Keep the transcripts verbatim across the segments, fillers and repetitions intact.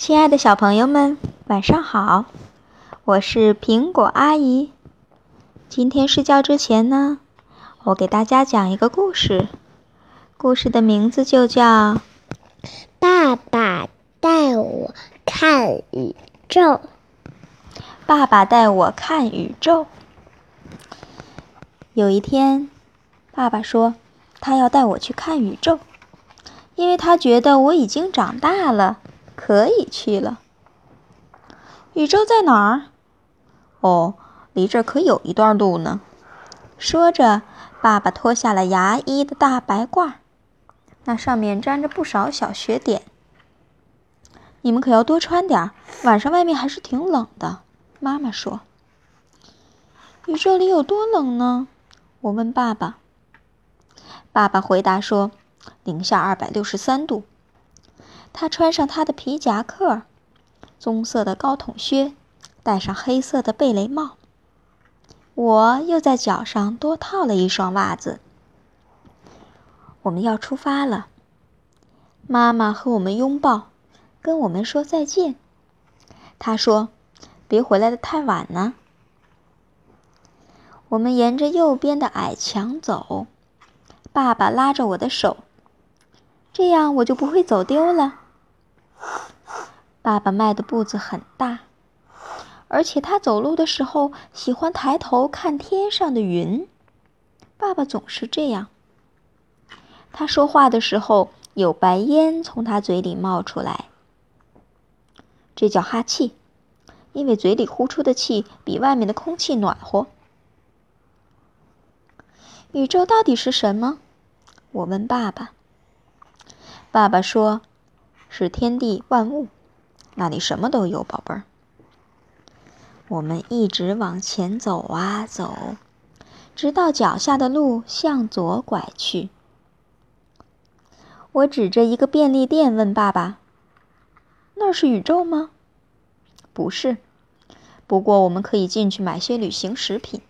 亲爱的小朋友们，晚上好！我是苹果阿姨。今天睡觉之前呢，我给大家讲一个故事。故事的名字就叫《 爸爸带我看宇宙》。 爸爸带我看宇宙。有一天，爸爸说他要带我去看宇宙，因为他觉得我已经长大了，可以去了。宇宙在哪儿？哦，离这儿可有一段路呢。说着，爸爸脱下了牙医的大白褂，那上面沾着不少小雪点。你们可要多穿点，晚上外面还是挺冷的，妈妈说。宇宙里有多冷呢？我问爸爸。爸爸回答说，零下二百六十三度。他穿上他的皮夹克，棕色的高筒靴，戴上黑色的贝雷帽。我又在脚上多套了一双袜子。我们要出发了。妈妈和我们拥抱，跟我们说再见。她说，别回来得太晚呢。我们沿着右边的矮墙走，爸爸拉着我的手，这样我就不会走丢了。爸爸迈的步子很大，而且他走路的时候喜欢抬头看天上的云。爸爸总是这样。他说话的时候，有白烟从他嘴里冒出来，这叫哈气，因为嘴里呼出的气比外面的空气暖和。宇宙到底是什么？我问爸爸。爸爸说，是天地万物，那里什么都有，宝贝儿。我们一直往前走啊走，直到脚下的路向左拐去。我指着一个便利店问爸爸，那是宇宙吗？不是，不过我们可以进去买些旅行食品。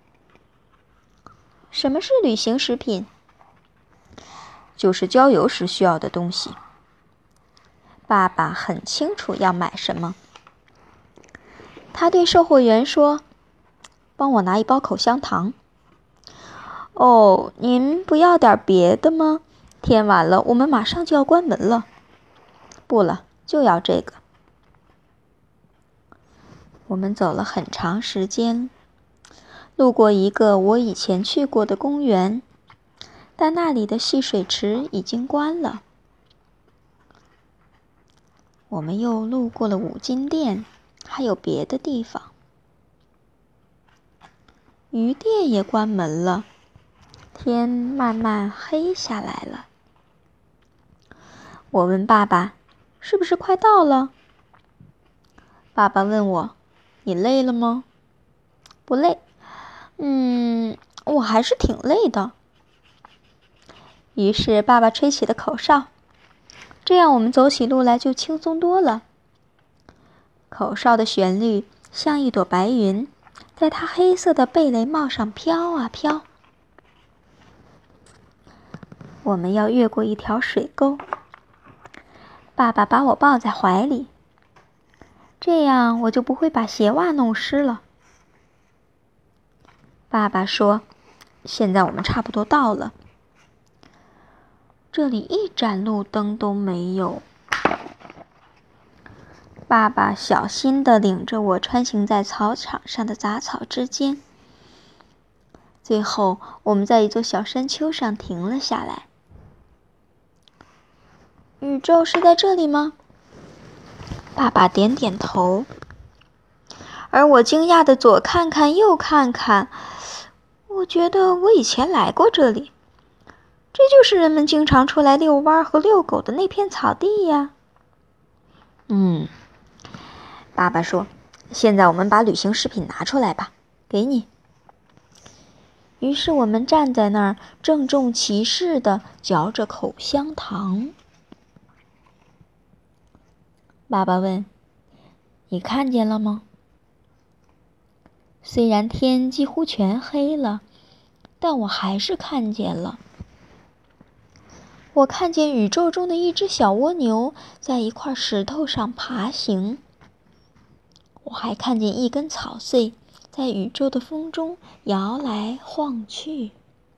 什么是旅行食品？就是郊游时需要的东西。爸爸很清楚要买什么。他对售货员说，帮我拿一包口香糖。哦，您不要点别的吗？天晚了，我们马上就要关门了。不了，就要这个。我们走了很长时间，路过一个我以前去过的公园，但那里的戏水池已经关了。我们又路过了五金店，还有别的地方。鱼店也关门了，天慢慢黑下来了。我问爸爸，是不是快到了？爸爸问我，你累了吗？不累。嗯，我还是挺累的。于是爸爸吹起了口哨，这样我们走起路来就轻松多了。口哨的旋律像一朵白云，在他黑色的贝雷帽上飘啊飘。我们要越过一条水沟，爸爸把我抱在怀里，这样我就不会把鞋袜弄湿了。爸爸说，现在我们差不多到了。这里一盏路灯都没有。爸爸小心地领着我穿行在草场上的杂草之间。最后，我们在一座小山丘上停了下来。宇宙是在这里吗？爸爸点点头。而我惊讶地左看看右看看，我觉得我以前来过这里。这就是人们经常出来遛弯和遛狗的那片草地呀。嗯，爸爸说，现在我们把旅行食品拿出来吧，给你。于是我们站在那儿，郑重其事地嚼着口香糖。爸爸问，你看见了吗？虽然天几乎全黑了，但我还是看见了。 我看见宇宙中的一只小蜗牛在一块石头上爬行，我还看见一根草穗在宇宙的风中摇来晃去。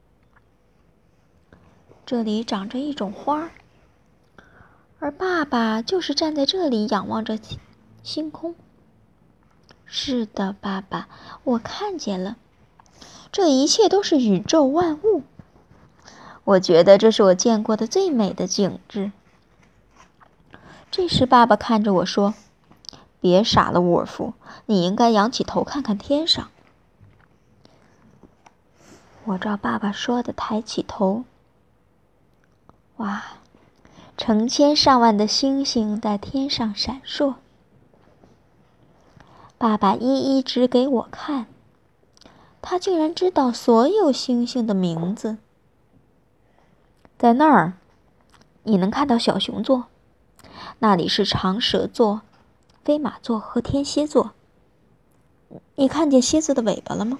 这里长着一种花，而爸爸就是站在这里仰望着星空。是的，爸爸，我看见了，这一切都是宇宙万物。我觉得这是我见过的最美的景致。这时爸爸看着我说，别傻了，沃尔夫，你应该仰起头看看天上。我照爸爸说的抬起头，哇，成千上万的星星在天上闪烁。爸爸一一指给我看，他竟然知道所有星星的名字。在那儿，你能看到小熊座，那里是长蛇座、飞马座和天蝎座。你看见蝎子的尾巴了吗？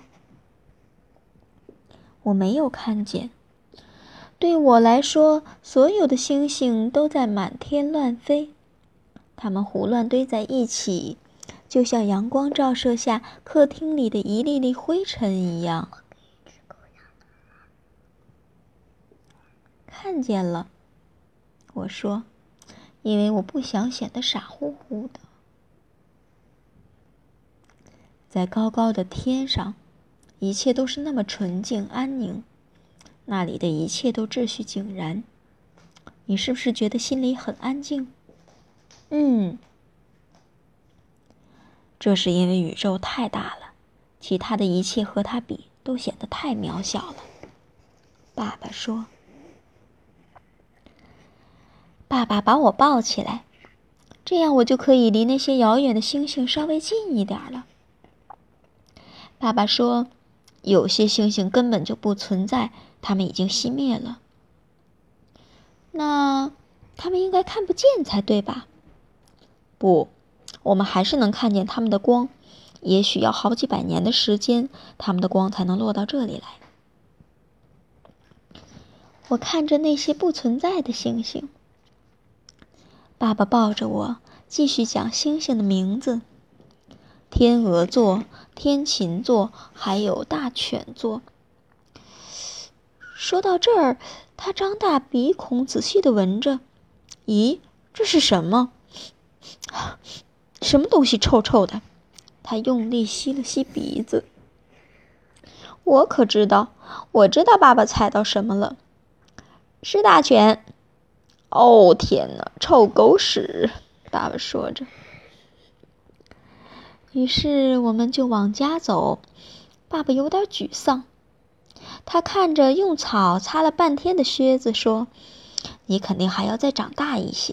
我没有看见。对我来说，所有的星星都在满天乱飞，它们胡乱堆在一起，就像阳光照射下客厅里的一粒粒灰尘一样。看见了，我说，因为我不想显得傻乎乎的。在高高的天上，一切都是那么纯净安宁，那里的一切都秩序井然。你是不是觉得心里很安静？嗯，这是因为宇宙太大了，其他的一切和它比都显得太渺小了。爸爸说。爸爸把我抱起来，这样我就可以离那些遥远的星星稍微近一点了。爸爸说，有些星星根本就不存在，它们已经熄灭了。那它们应该看不见才对吧？不，我们还是能看见它们的光，也许要好几百年的时间，它们的光才能落到这里来。我看着那些不存在的星星。爸爸抱着我，继续讲星星的名字：天鹅座、天琴座，还有大犬座。说到这儿，他张大鼻孔，仔细地闻着。咦，这是什么？什么东西臭臭的？他用力吸了吸鼻子。我可知道，我知道爸爸猜到什么了。是大犬。哦，天哪，臭狗屎！爸爸说着。于是我们就往家走。爸爸有点沮丧，他看着用草擦了半天的靴子说，你肯定还要再长大一些。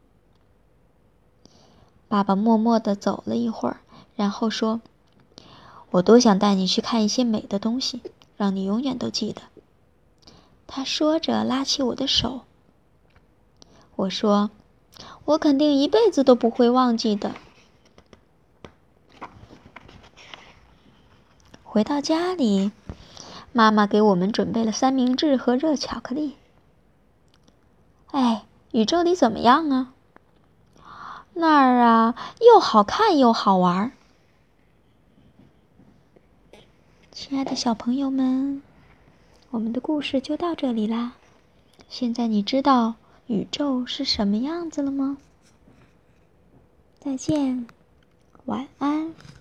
爸爸默默地走了一会儿，然后说，我多想带你去看一些美的东西，让你永远都记得。他说着拉起我的手。我说，我肯定一辈子都不会忘记的。回到家里，妈妈给我们准备了三明治和热巧克力。哎，宇宙里怎么样啊？那儿啊，又好看又好玩。亲爱的小朋友们，我们的故事就到这里啦。现在你知道宇宙是什么样子了吗？再见，晚安。